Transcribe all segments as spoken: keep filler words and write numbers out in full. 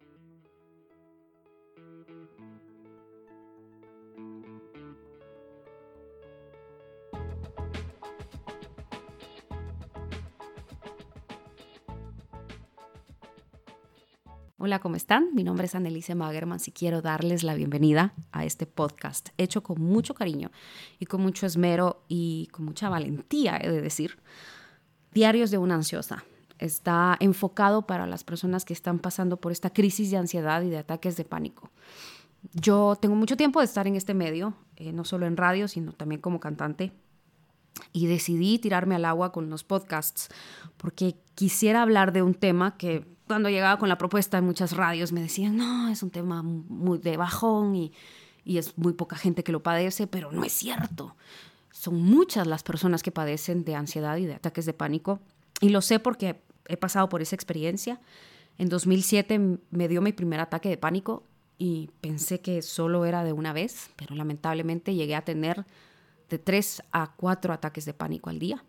Hola, ¿cómo están? Mi nombre es Anneliese Magermans y quiero darles la bienvenida a este podcast hecho con mucho cariño y con mucho esmero y con mucha valentía, he de decir. Diarios de una ansiosa. Está enfocado para las personas que están pasando por esta crisis de ansiedad y de ataques de pánico. Yo tengo mucho tiempo de estar en este medio, eh, no solo en radio, sino también como cantante. Y decidí tirarme al agua con los podcasts porque quisiera hablar de un tema que cuando llegaba con la propuesta en muchas radios me decían, no, es un tema muy de bajón y, y es muy poca gente que lo padece, pero no es cierto. Son muchas las personas que padecen de ansiedad y de ataques de pánico y lo sé porque he pasado por esa experiencia. En dos mil siete me dio mi primer ataque de pánico y pensé que solo era de una vez, pero lamentablemente llegué a tener de tres a cuatro ataques de pánico al día.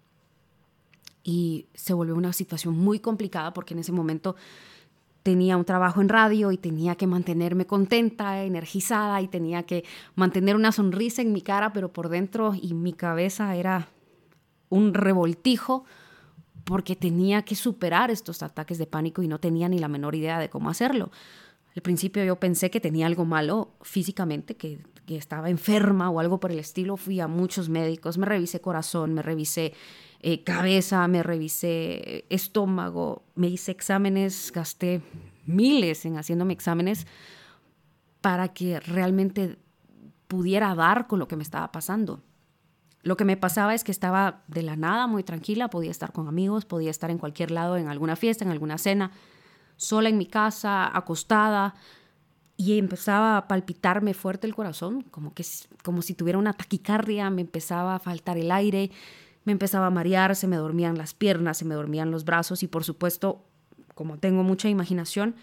Y se volvió una situación muy complicada porque en ese momento tenía un trabajo en radio y tenía que mantenerme contenta, energizada y tenía que mantener una sonrisa en mi cara, pero por dentro y mi cabeza era un revoltijo porque tenía que superar estos ataques de pánico y no tenía ni la menor idea de cómo hacerlo. Al principio yo pensé que tenía algo malo físicamente, que, que estaba enferma o algo por el estilo. Fui a muchos médicos, me revisé corazón, me revisé eh, cabeza, me revisé estómago, me hice exámenes, gasté miles en haciéndome exámenes para que realmente pudiera dar con lo que me estaba pasando. Lo que me pasaba es que estaba de la nada muy tranquila, podía estar con amigos, podía estar en cualquier lado, en alguna fiesta, en alguna cena, sola en mi casa, acostada, y empezaba a palpitarme fuerte el corazón, como, que, como si tuviera una taquicardia, me empezaba a faltar el aire, me empezaba a marear, se me dormían las piernas, se me dormían los brazos y por supuesto, como tengo mucha imaginación,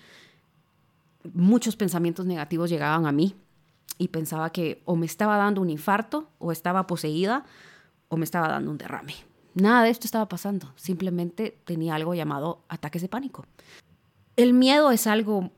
muchos pensamientos negativos llegaban a mí y pensaba que o me estaba dando un infarto o estaba poseída o me estaba dando un derrame. Nada de esto estaba pasando, simplemente tenía algo llamado ataques de pánico. El miedo es algo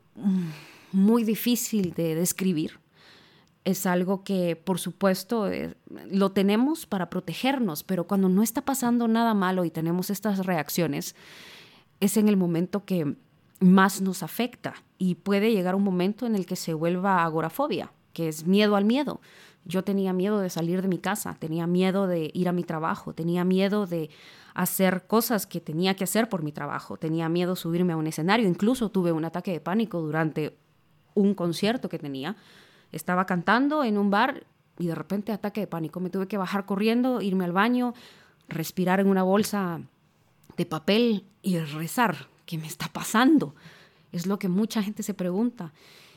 muy difícil de describir. Es algo que, por supuesto, eh, lo tenemos para protegernos, pero cuando no está pasando nada malo y tenemos estas reacciones, es en el momento que más nos afecta y puede llegar un momento en el que se vuelva agorafobia, que es miedo al miedo. Yo tenía miedo de salir de mi casa, tenía miedo de ir a mi trabajo, tenía miedo de hacer cosas que tenía que hacer por mi trabajo, tenía miedo de subirme a un escenario, incluso tuve un ataque de pánico durante un concierto que tenía. Estaba cantando en un bar y de repente ataque de pánico. Me tuve que bajar corriendo, irme al baño, respirar en una bolsa de papel y rezar. ¿Qué me está pasando? Es lo que mucha gente se pregunta.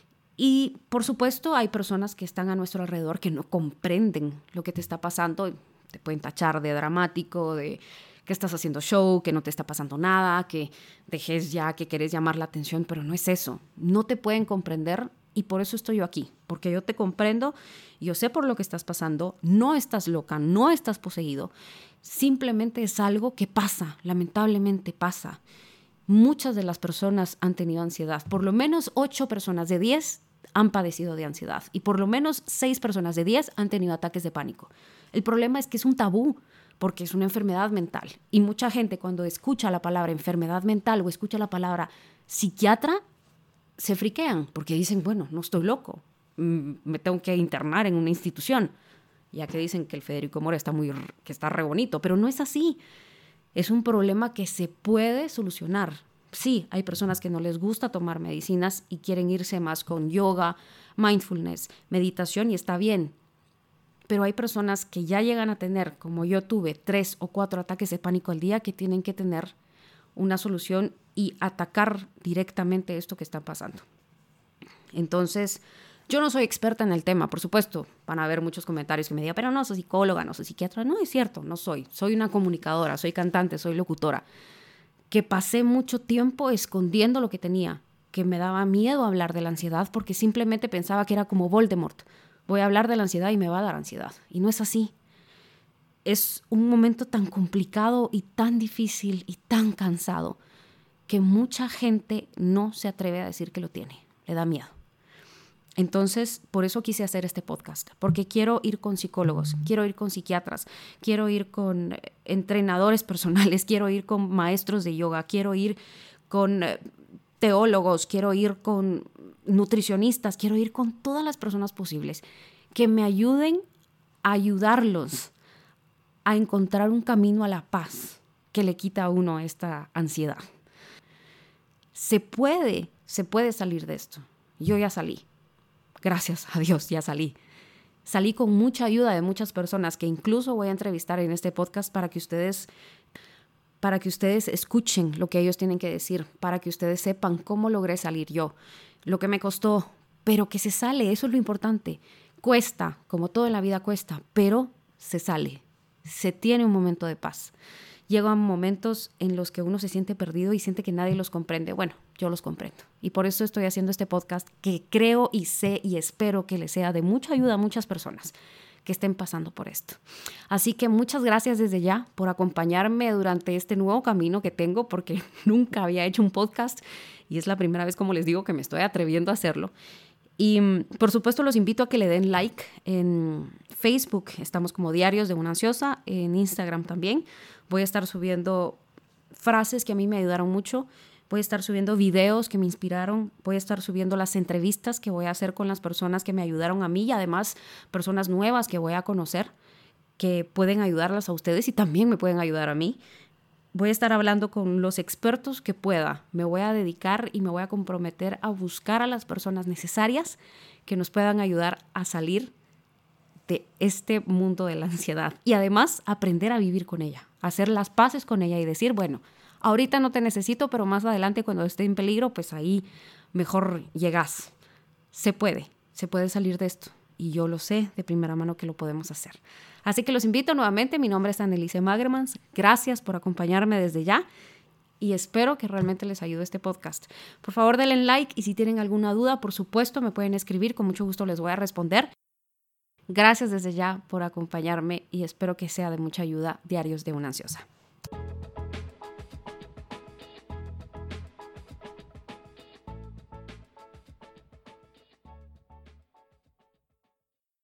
Y por supuesto hay personas que están a nuestro alrededor que no comprenden lo que te está pasando. Te pueden tachar de dramático, de que estás haciendo show, que no te está pasando nada, que dejes ya, que querés llamar la atención, pero no es eso. No te pueden comprender y por eso estoy yo aquí, porque yo te comprendo, yo sé por lo que estás pasando, no estás loca, no estás poseído, simplemente es algo que pasa, lamentablemente pasa. Muchas de las personas han tenido ansiedad, por lo menos ocho personas de diez han padecido de ansiedad y por lo menos seis personas de diez han tenido ataques de pánico. El problema es que es un tabú porque es una enfermedad mental y mucha gente cuando escucha la palabra enfermedad mental o escucha la palabra psiquiatra se friquean porque dicen, bueno, no estoy loco, me tengo que internar en una institución, ya que dicen que el Federico Mora está muy, que está re bonito, pero no es así. Es un problema que se puede solucionar. Sí, hay personas que no les gusta tomar medicinas y quieren irse más con yoga, mindfulness, meditación y está bien. Pero hay personas que ya llegan a tener, como yo tuve, tres o cuatro ataques de pánico al día que tienen que tener una solución y atacar directamente esto que está pasando. Entonces, yo no soy experta en el tema, por supuesto. Van a haber muchos comentarios que me digan, pero no soy psicóloga, no soy psiquiatra. No, es cierto, no soy. Soy una comunicadora, soy cantante, soy locutora. Que pasé mucho tiempo escondiendo lo que tenía, que me daba miedo hablar de la ansiedad porque simplemente pensaba que era como Voldemort. Voy a hablar de la ansiedad y me va a dar ansiedad. Y no es así. Es un momento tan complicado y tan difícil y tan cansado que mucha gente no se atreve a decir que lo tiene. le da miedo. Entonces, por eso quise hacer este podcast, porque quiero ir con psicólogos, quiero ir con psiquiatras, quiero ir con entrenadores personales, quiero ir con maestros de yoga, quiero ir con teólogos, quiero ir con nutricionistas, quiero ir con todas las personas posibles que me ayuden a ayudarlos a encontrar un camino a la paz que le quita a uno esta ansiedad. Se puede, se puede salir de esto. Yo ya salí. Gracias a Dios, ya salí. Salí con mucha ayuda de muchas personas que incluso voy a entrevistar en este podcast para que ustedes, para que ustedes escuchen lo que ellos tienen que decir, para que ustedes sepan cómo logré salir yo, lo que me costó, pero que se sale, eso es lo importante. Cuesta, como todo en la vida cuesta, pero se sale. Se tiene un momento de paz. Llegan momentos en los que uno se siente perdido y siente que nadie los comprende. Bueno, yo los comprendo. Y por eso estoy haciendo este podcast que creo y sé y espero que les sea de mucha ayuda a muchas personas que estén pasando por esto. Así que muchas gracias desde ya por acompañarme durante este nuevo camino que tengo, porque nunca había hecho un podcast y es la primera vez, como les digo, que me estoy atreviendo a hacerlo. Y por supuesto los invito a que le den like en Facebook, estamos como Diarios de una Ansiosa, en Instagram también. Voy a estar subiendo frases que a mí me ayudaron mucho, voy a estar subiendo videos que me inspiraron, voy a estar subiendo las entrevistas que voy a hacer con las personas que me ayudaron a mí y además personas nuevas que voy a conocer que pueden ayudarlas a ustedes y también me pueden ayudar a mí. Voy a estar hablando con los expertos que pueda. Me voy a dedicar y me voy a comprometer a buscar a las personas necesarias que nos puedan ayudar a salir de este mundo de la ansiedad. Y además, aprender a vivir con ella, hacer las paces con ella y decir, bueno, ahorita no te necesito, pero más adelante cuando esté en peligro, pues ahí mejor llegas. Se puede, se puede salir de esto. Y yo lo sé de primera mano que lo podemos hacer. Así que los invito nuevamente. Mi nombre es Annelise Magermans. Gracias por acompañarme desde ya y espero que realmente les ayude este podcast. Por favor, denle like y si tienen alguna duda, por supuesto, me pueden escribir. Con mucho gusto les voy a responder. Gracias desde ya por acompañarme y espero que sea de mucha ayuda. Diarios de una Ansiosa.